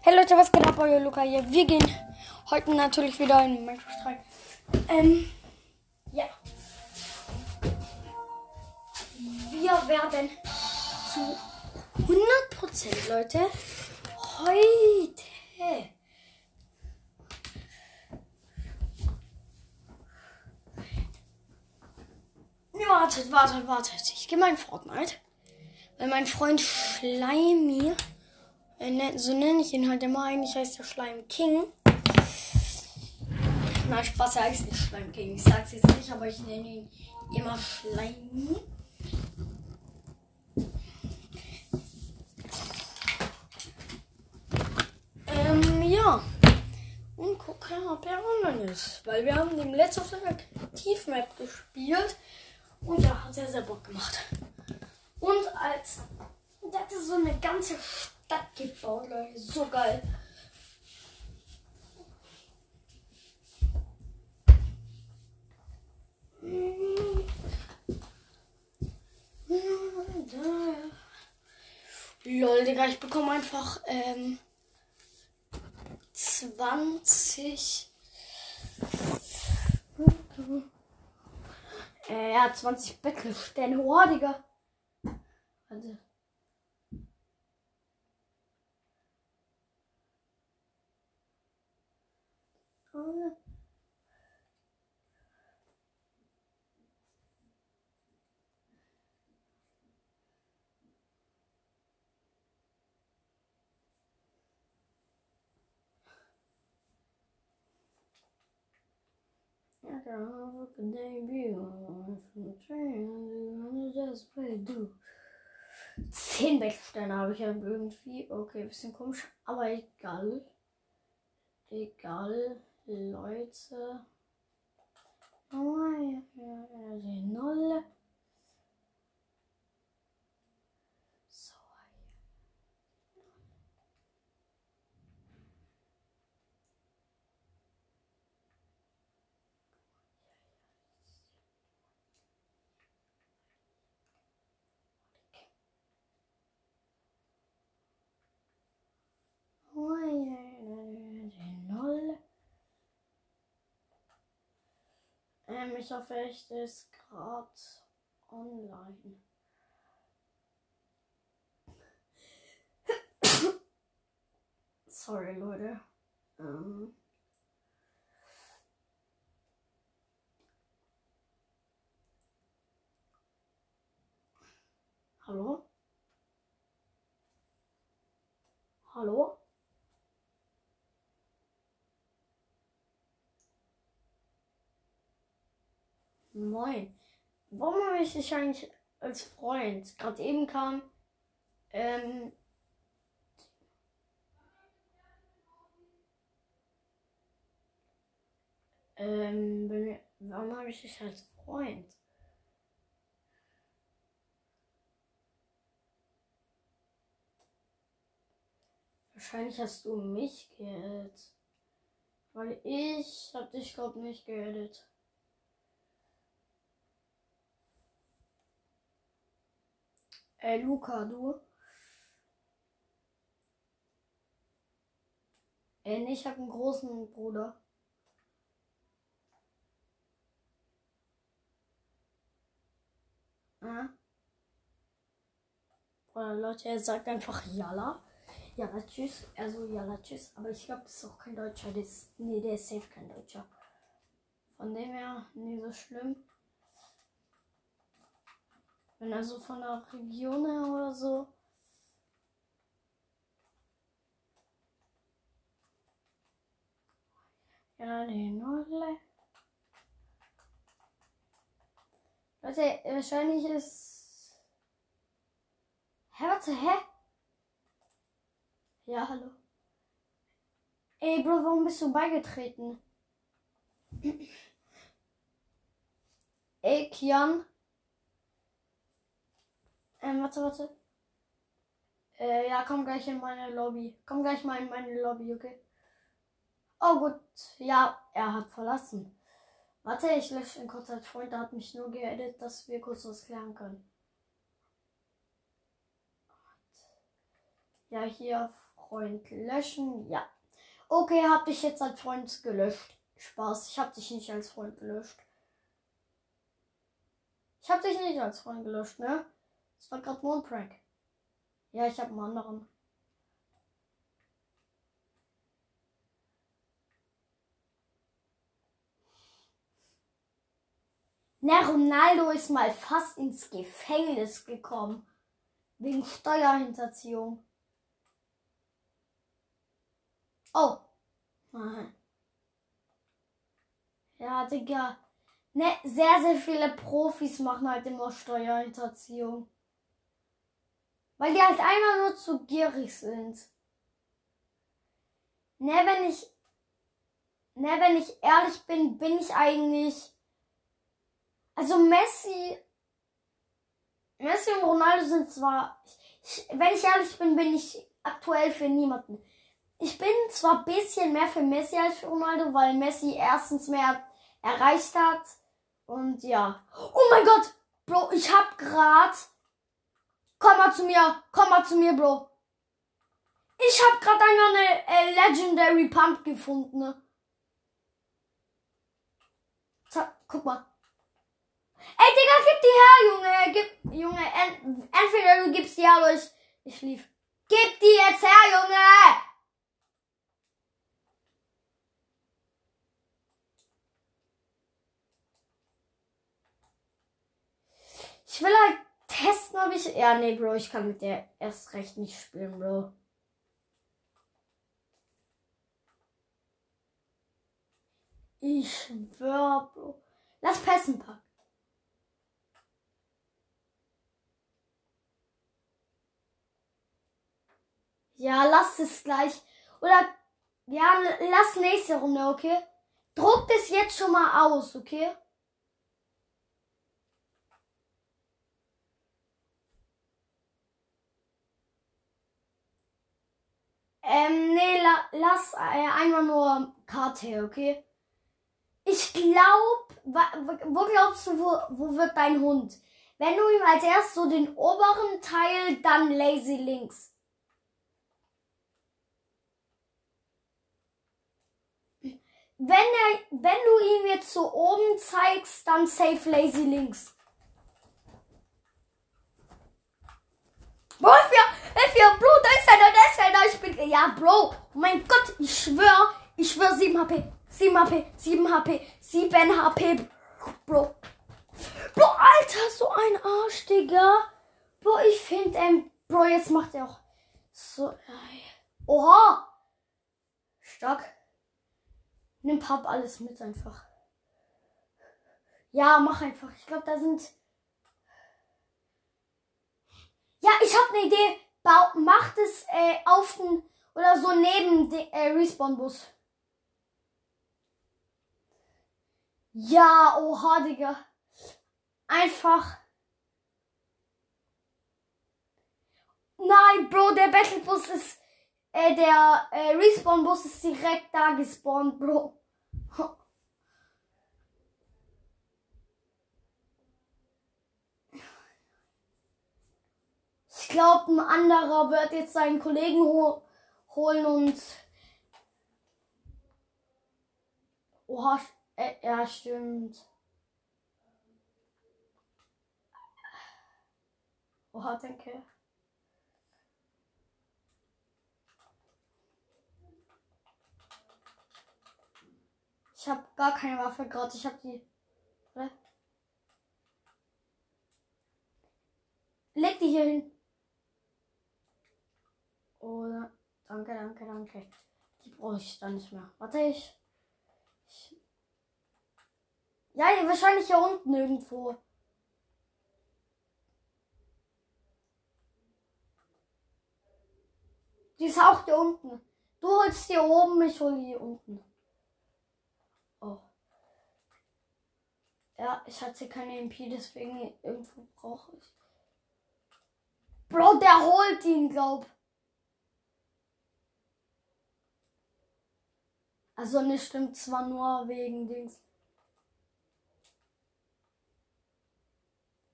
Hey Leute, was geht ab? Euer Luca hier. Wir gehen heute natürlich wieder in Minecraft rein. Ja. Wir werden zu 100%, Leute, heute wartet. Ich gehe mal in Fortnite. Weil mein Freund Schleimi, so nenne ich ihn halt immer, eigentlich heißt er Schleim King. Na, Spaß, er heißt nicht Schleim King. Ich sag's jetzt nicht, aber ich nenne ihn immer Schleimi. Ja. Und gucken, ob er online ist. Weil wir haben dem letzten auf der Aktivmap gespielt. Und ja, hat sehr Bock gemacht. Und der hatte so eine ganze Stadt gebaut, Leute. So geil. Lol, Digga, ich bekomme einfach 20 20 Battle-Sterne. Oh, Digga. Warte. Zehn Backsterne habe ich ja irgendwie. Okay, bisschen komisch, aber egal. Egal, Leute. Oh, die Null. So. Ich hoffe, echt ist gerade online. Sorry, Leute. Hallo? Hallo? Moin. Warum habe ich dich eigentlich als Freund? Gerade eben kam, warum habe ich dich als Freund? Wahrscheinlich hast du mich geaddet. Weil ich hab dich, glaub nicht geaddet. Luca, du? Nee, ich hab einen großen Bruder. Oder Leute, er sagt einfach Jalla. Jalla, tschüss. Also Jalla, tschüss. Aber ich glaube, das ist auch kein Deutscher. Der ist safe kein Deutscher. Von dem her, nie so schlimm. Wenn er so von der Region her oder so. Ja, die Nordle. Leute, wahrscheinlich ist... Warte, Ja, hallo. Ey, Bro, warum bist du beigetreten? Ey, Kian. Warte. Ja, komm gleich in meine Lobby. Komm gleich mal in meine Lobby, okay? Oh, gut. Ja, er hat verlassen. Warte, ich lösche ihn kurz als Freund. Der hat mich nur geedit, dass wir kurz was klären können. Ja, hier Freund löschen. Ja. Okay, hab dich jetzt als Freund gelöscht. Spaß, ich hab dich nicht als Freund gelöscht. Ich hab dich nicht als Freund gelöscht, ne? Das war gerade nur ein Prank. Ja, ich hab einen anderen. Na, Ronaldo ist mal fast ins Gefängnis gekommen. Wegen Steuerhinterziehung. Oh. Ja, Digga. Ne, sehr, sehr viele Profis machen halt immer Steuerhinterziehung. Weil die halt einfach nur zu gierig sind. Ne, wenn ich ehrlich bin, bin ich eigentlich... Also Messi und Ronaldo sind zwar... wenn ich ehrlich bin, bin ich aktuell für niemanden. Ich bin zwar ein bisschen mehr für Messi als für Ronaldo, weil Messi erstens mehr erreicht hat. Und ja. Oh mein Gott! Bro, ich hab grad... Komm mal zu mir, Bro. Ich hab grad eine Legendary Pump gefunden. Ne? Guck mal. Ey, Digga, gib die her, Junge. Entweder du gibst die her oder ich lief. Gib die jetzt her, Junge! Ich will halt testen, ob ich... Ja, nee, Bro, ich kann mit der erst recht nicht spielen, Bro. Ich schwör, Bro. Lass Pässen packen. Ja, lass es gleich. Oder, ja, lass nächste Runde, okay? Druck das jetzt schon mal aus, okay? Nee, lass einmal nur Karte, okay? Ich glaub, wo glaubst du, wo wird dein Hund? Wenn du ihm als erst so den oberen Teil, dann Lazy links. Wenn du ihm jetzt so oben zeigst, dann safe Lazy links. Bro, Bro, da ist einer, ich bin, ja, Bro, mein Gott, ich schwör, 7 HP, 7 HP, 7 HP, 7 HP, Bro. Bro, Alter, so ein Arsch, Digga. Bro, ich finde, Bro, jetzt macht er auch so, oha, stark. Nimm Papp alles mit einfach. Ja, mach einfach, ich glaube, da sind... Ja, ich habe eine Idee. Macht es auf den oder so neben dem Respawn-Bus. Ja, oha, Digga. Einfach. Nein, Bro, der Battlebus ist. Der Respawn-Bus ist direkt da gespawnt, Bro. Ich glaube, ein anderer wird jetzt seinen Kollegen holen und... Oha, ja, stimmt. Oha, danke. Ich habe gar keine Waffe gerade. Ich habe die... Oder? Leg die hier hin. Oder... Danke. Die brauche ich dann nicht mehr. Warte, ja, wahrscheinlich hier unten irgendwo. Die ist auch hier unten. Du holst hier oben, ich hol hier unten. Oh. Ja, ich hatte keine MP, deswegen irgendwo brauche ich. Bro, der holt ihn, glaub. Also nicht stimmt zwar nur wegen Dings.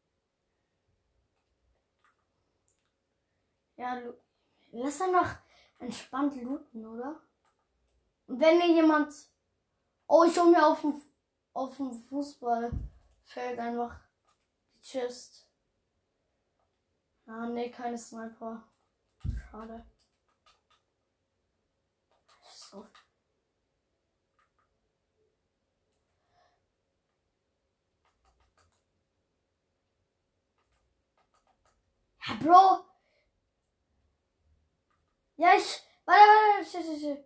Ja, lass einfach Entspannt looten, oder? Und wenn mir jemand... Oh, ich hole mir auf dem Fußballfeld einfach die Chest. Ah, nee, keine Sniper. Schade. So. Ja, Bro. Ja, warte.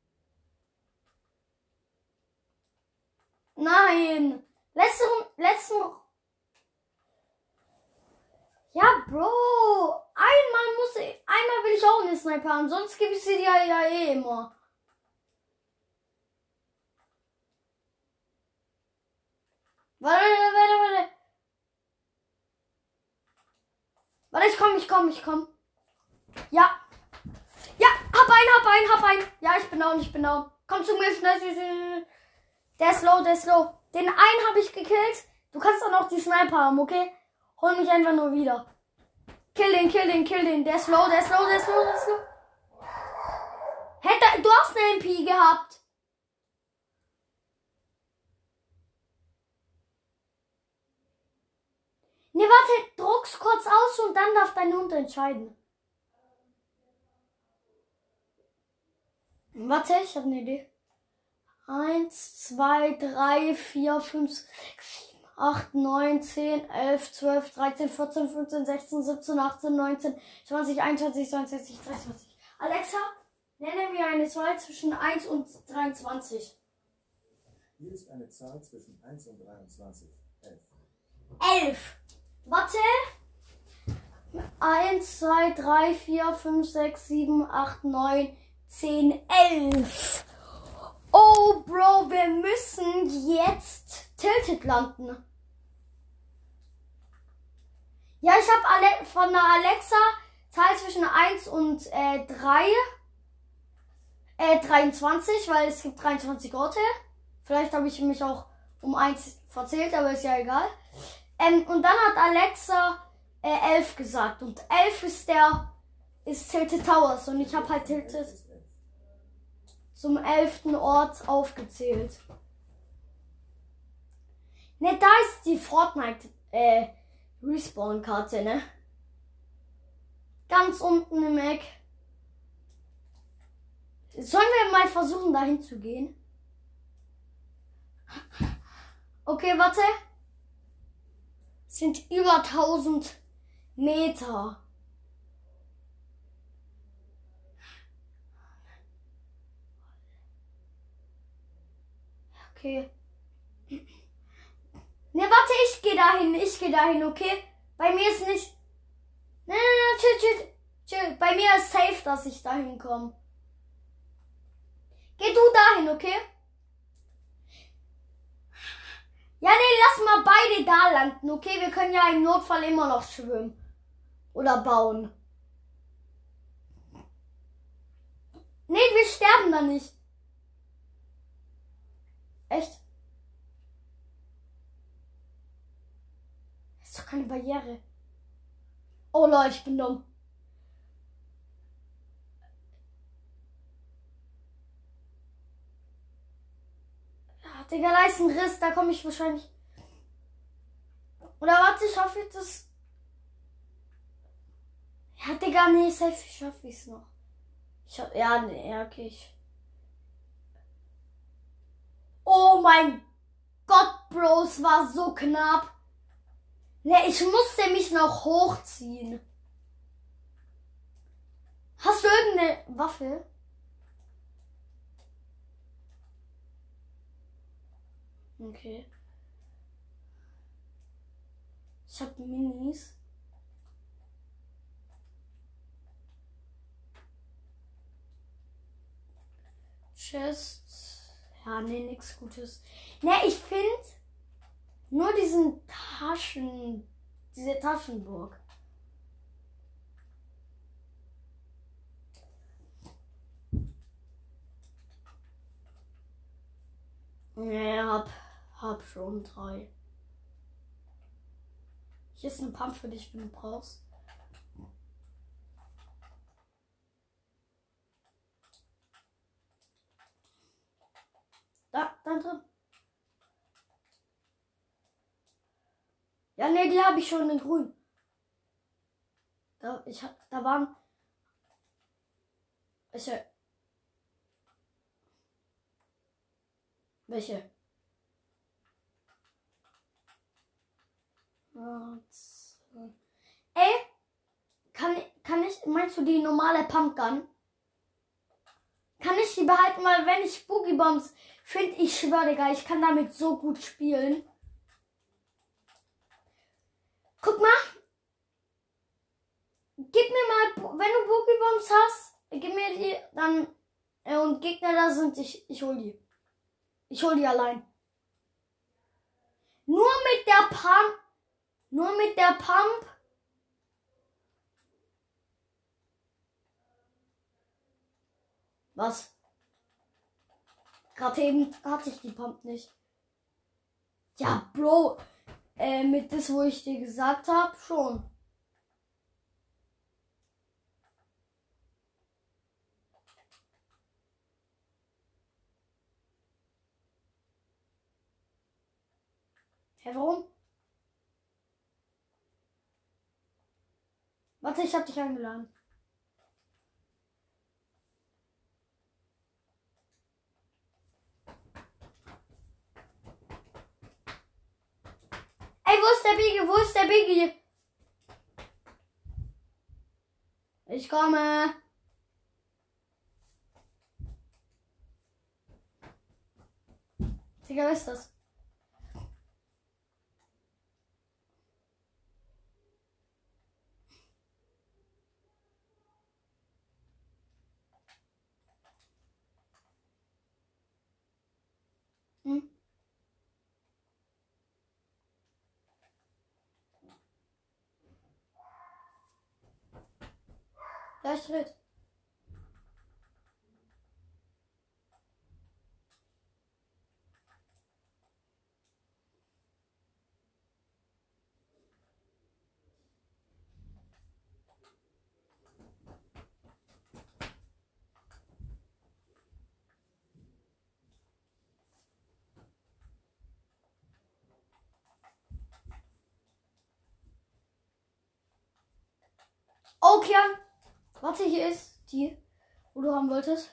Nein. Letzten. Ja, Bro. Einmal will ich auch eine Sniper haben, sonst gebe ich sie dir ja eh immer. Warte. Warte, ich komm. Ja. Ja, hab einen. Ja, ich bin down. Komm zu mir, schnell. Der ist low. Den einen habe ich gekillt. Du kannst auch noch die Sniper haben, okay? Hol mich einfach nur wieder. Kill den. Der ist low. Du hast eine MP gehabt. Ne, warte, druck's kurz aus und dann darf dein Hund entscheiden. Warte, ich habe eine Idee. 1, 2, 3, 4, 5, 6, 7, 8, 9, 10, 11, 12, 13, 14, 15, 16, 17, 18, 19, 20, 21, 22, 23. Alexa, nenne mir eine Zahl zwischen 1 und 23. Hier ist eine Zahl zwischen 1 und 23. 11. 11. Warte. 1, 2, 3, 4, 5, 6, 7, 8, 9, 10, 11. Oh, Bro, wir müssen jetzt Tilted landen. Ja, ich habe von der Alexa Zahl zwischen 1 und 23, weil es gibt 23 Orte. Vielleicht habe ich mich auch um 1 verzählt, aber ist ja egal. Und dann hat Alexa 11 gesagt. Und 11 ist Tilted Towers. Und ich habe halt Tilted zum 11. Ort aufgezählt. Ne, da ist die Fortnite Respawn-Karte, ne? Ganz unten im Eck. Sollen wir mal versuchen, dahin zu gehen? Okay, warte. Sind über 1000 Meter. Okay. Ne, warte, ich gehe dahin, okay? Bei mir ist nicht... Ne, chill. Bei mir ist safe, dass ich dahin komme. Geh du dahin, okay? Ja, nee, lass mal beide da landen, okay? Wir können ja im Notfall immer noch schwimmen. Oder bauen. Nee, wir sterben da nicht. Echt? Das ist doch keine Barriere. Oh Leute, ich bin dumm. Ja, Digga, da ist ein Riss, da komme ich wahrscheinlich. Oder warte, schaffe ich das? Ja, Digga, nee, safe schaffe ich es noch. Ja, nee, ja, okay. Oh mein Gott, Bro, es war so knapp. Ne, ich musste mich noch hochziehen. Hast du irgendeine Waffe? Okay. Ich hab Minis. Chest. Ja, nee, nix Gutes. Ne, ich finde nur diese Taschenburg. Ne, hab schon 3. Hier ist ein Pump für dich, wenn du brauchst. dann drin. Ja, nee, die habe ich schon in grün. Da waren. Welche? Ey, kann ich, meinst du die normale Pumpgun? Kann ich die behalten, weil wenn ich Boogie Bombs finde, ich schwöre, Digga, ich kann damit so gut spielen. Guck mal. Gib mir mal, wenn du Boogie Bombs hast, gib mir die, dann, und Gegner da sind, ich hol die. Ich hol die allein. Nur mit der Pump. Was? Gerade eben hatte ich die Pump nicht. Ja, Bro. Mit das, wo ich dir gesagt habe, schon. Hä, warum? Warte, ich hab dich eingeladen. Ey, wo ist der Biggie? Wo ist der Biggie? Ich komme. Digga, was ist das? Hm? Ja, ich red. Okay. Warte, hier ist die, wo du haben wolltest.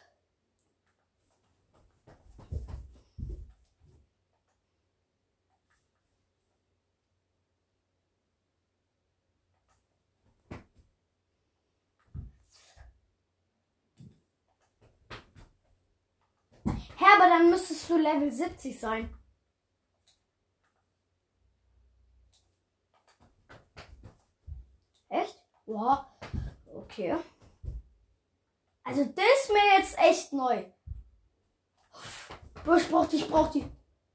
Hä, aber dann müsstest du Level 70 sein. Echt? Wow. Okay. Also das ist mir jetzt echt neu. Ich brauch die.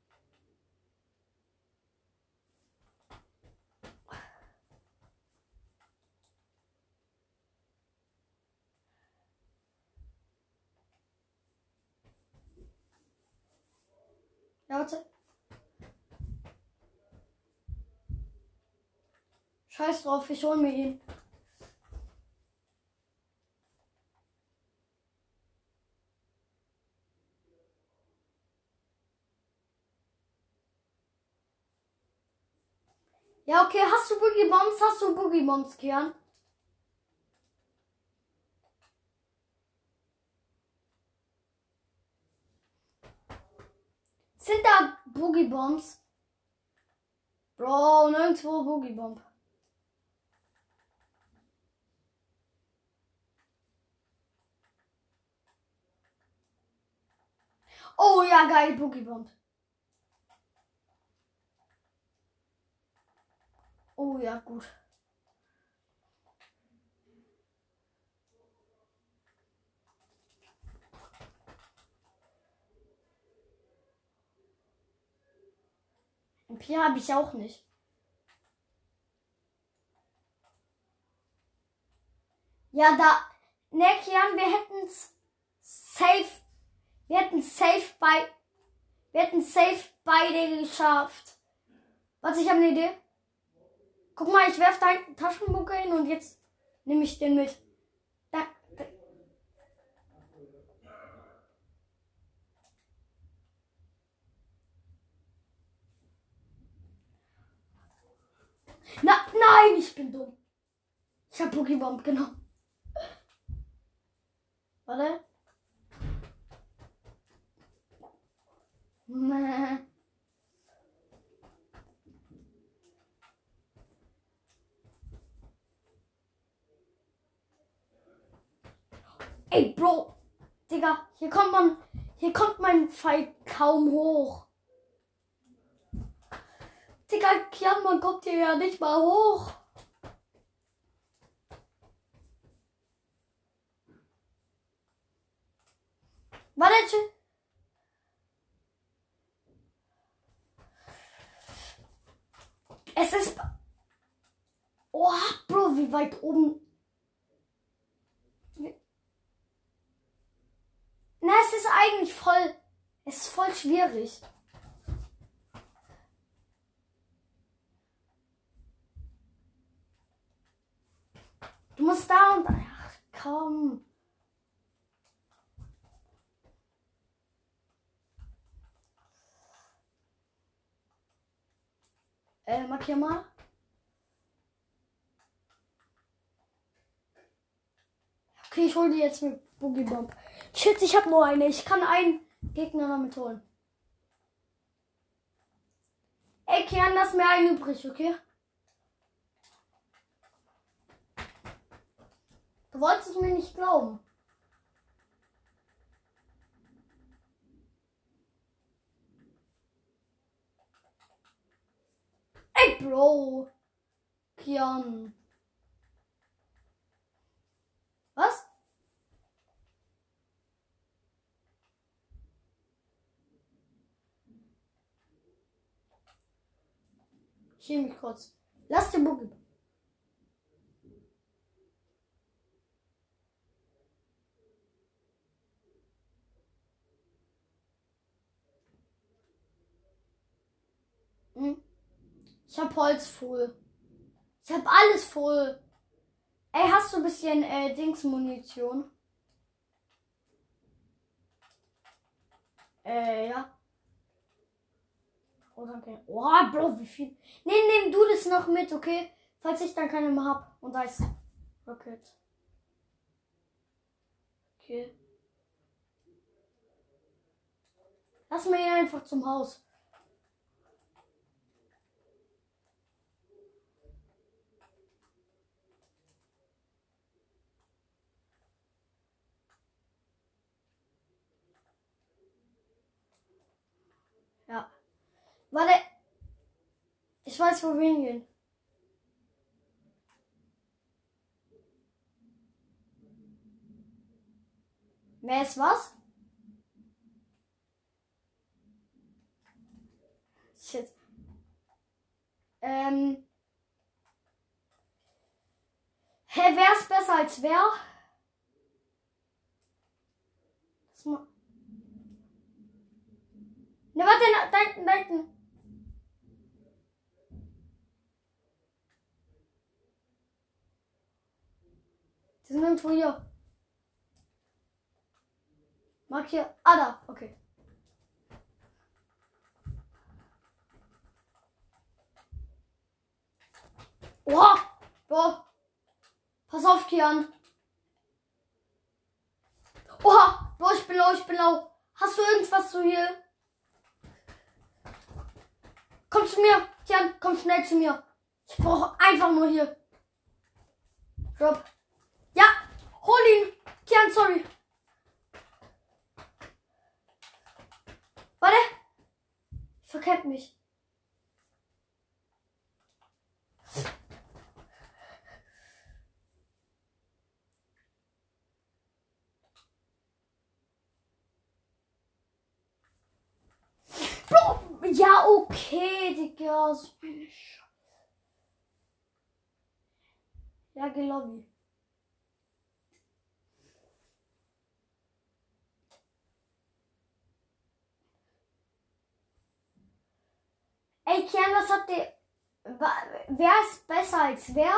Ja, warte. Scheiß drauf, ich hol mir ihn. Ja, okay, hast du Boogie Bombs? Hast du Boogie Bombs, Kian? Sind da Boogie Bombs? Bro, nirgendwo Boogie Bomb. Oh ja, geil, Boogie Bomb. Oh ja, gut. MP habe ich auch nicht. Ja, da. Ne, Kian, wir hätten safe. Wir hätten safe beide geschafft. Warte, ich habe eine Idee. Guck mal, ich werf deinen Taschenbunker hin und jetzt nehme ich den mit. Da. Nein, ich bin dumm. Ich hab Pokébomb genommen. Warte. Nee. Ey, Bro. Digga, hier kommt mein Pfeil kaum hoch. Digga, Kian, man kommt hier ja nicht mal hoch. Warte, es ist... Oh, Bro, wie weit oben... Na, es ist eigentlich voll... Es ist voll schwierig. Du musst da und... Ach, komm. Markier mal. Okay, ich hole die jetzt mit Boogie Bomb. Shit, ich habe nur eine. Ich kann einen Gegner damit holen. Ey, Kian, lass mir einen übrig, okay? Du wolltest es mir nicht glauben. Ey, Bro. Kian. Was? Ich hehl mich kurz. Lass den Boogie. Ich hab Holz voll. Ich hab alles voll. Ey, hast du ein bisschen Dingsmunition? Ja. Oh, danke. Oh, Bro, wie viel? Nehm du das noch mit, okay? Falls ich dann keine mehr hab. Und da ist Rocket. Okay. Lass mir ihn einfach zum Haus. Ja. Warte. Ich weiß, wo wir hingehen. Wer ist was? Shit. Hä, wer ist besser als wer? Ne, warte, da hinten. Die sind irgendwo hier. Mark hier. Ah, da. Okay. Oha! Bro. Pass auf, Kian. Oha! Bro, ich bin lau. Hast du irgendwas zu hier? Komm zu mir. Kian, komm schnell zu mir. Ich brauche einfach nur hier. Drop. Ja, hol ihn. Kian, sorry. Warte. Ich verkämpf mich. Bro. Ja, okay, Digga. So eine Scheiße. Ja, geh Lobby. Ey, Kian, was habt ihr... Wer ist besser als wer?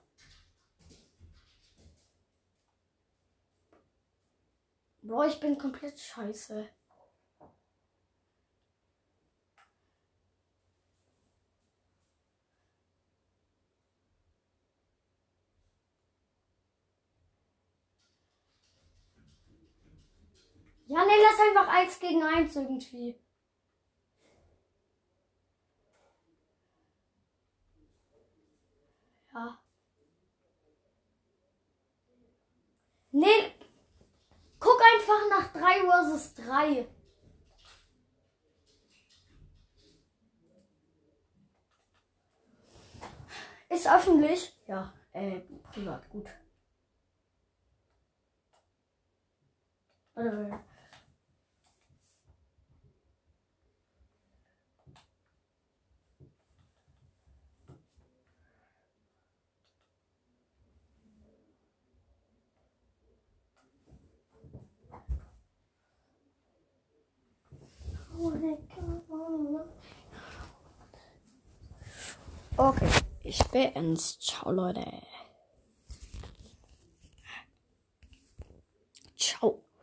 Bro, ich bin komplett scheiße. Ja, nee, lass einfach 1 gegen 1 irgendwie. Ja. Nee, guck einfach nach 3 versus 3. Ist öffentlich? Ja, privat, gut. Okay, ich beende. Ciao, Leute.